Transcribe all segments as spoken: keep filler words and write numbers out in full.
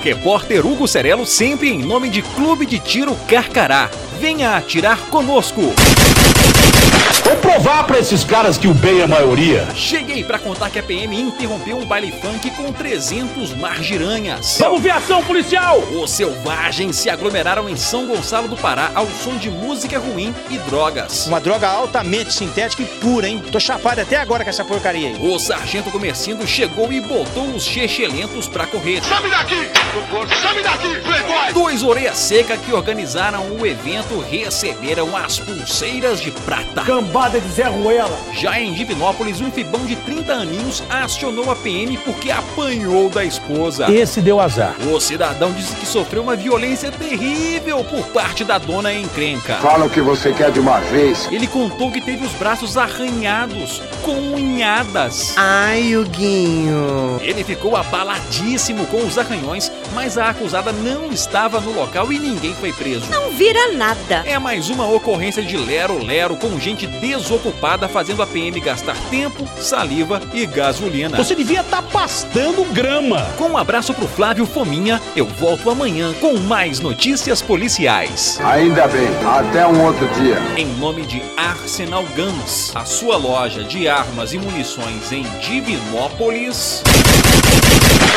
Repórter Hugo Cerello, sempre em nome de Clube de Tiro Carcará. Venha atirar conosco. Vou provar pra esses caras que o bem é a maioria. Cheguei pra contar que a P M interrompeu um baile funk com trezentos margiranhas. Vamos ver ação policial! Os selvagens se aglomeraram em São Gonçalo do Pará ao som de música ruim e drogas. Uma droga altamente sintética e pura, hein? Tô chapado até agora com essa porcaria aí. O sargento Comercindo chegou e botou os chechelentos pra correr. Chame daqui! Chame daqui, playboy! Dois orelha seca que organizaram o evento receberam as pulseiras de prata. Cambada de Zé Ruela. Já em Divinópolis, um fibão de trinta aninhos acionou a P M porque apanhou da esposa. Esse deu azar. O cidadão disse que sofreu uma violência terrível por parte da dona encrenca. Fala o que você quer de uma vez. Ele contou que teve os braços arranhados com unhadas. Ai, Huguinho. Ele ficou abaladíssimo com os arranhões, mas a acusada não estava no local e ninguém foi preso. Não vira nada. É mais uma ocorrência de lero-lero com gente desocupada fazendo a P M gastar tempo, saliva e gasolina. Você devia estar pastando grama. Com um abraço pro Flávio Fominha, eu volto amanhã com mais notícias policiais. Ainda bem, até um outro dia. Em nome de Arsenal Guns, a sua loja de armas e munições em Divinópolis,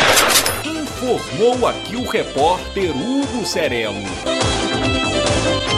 informou aqui o repórter Hugo Cerello.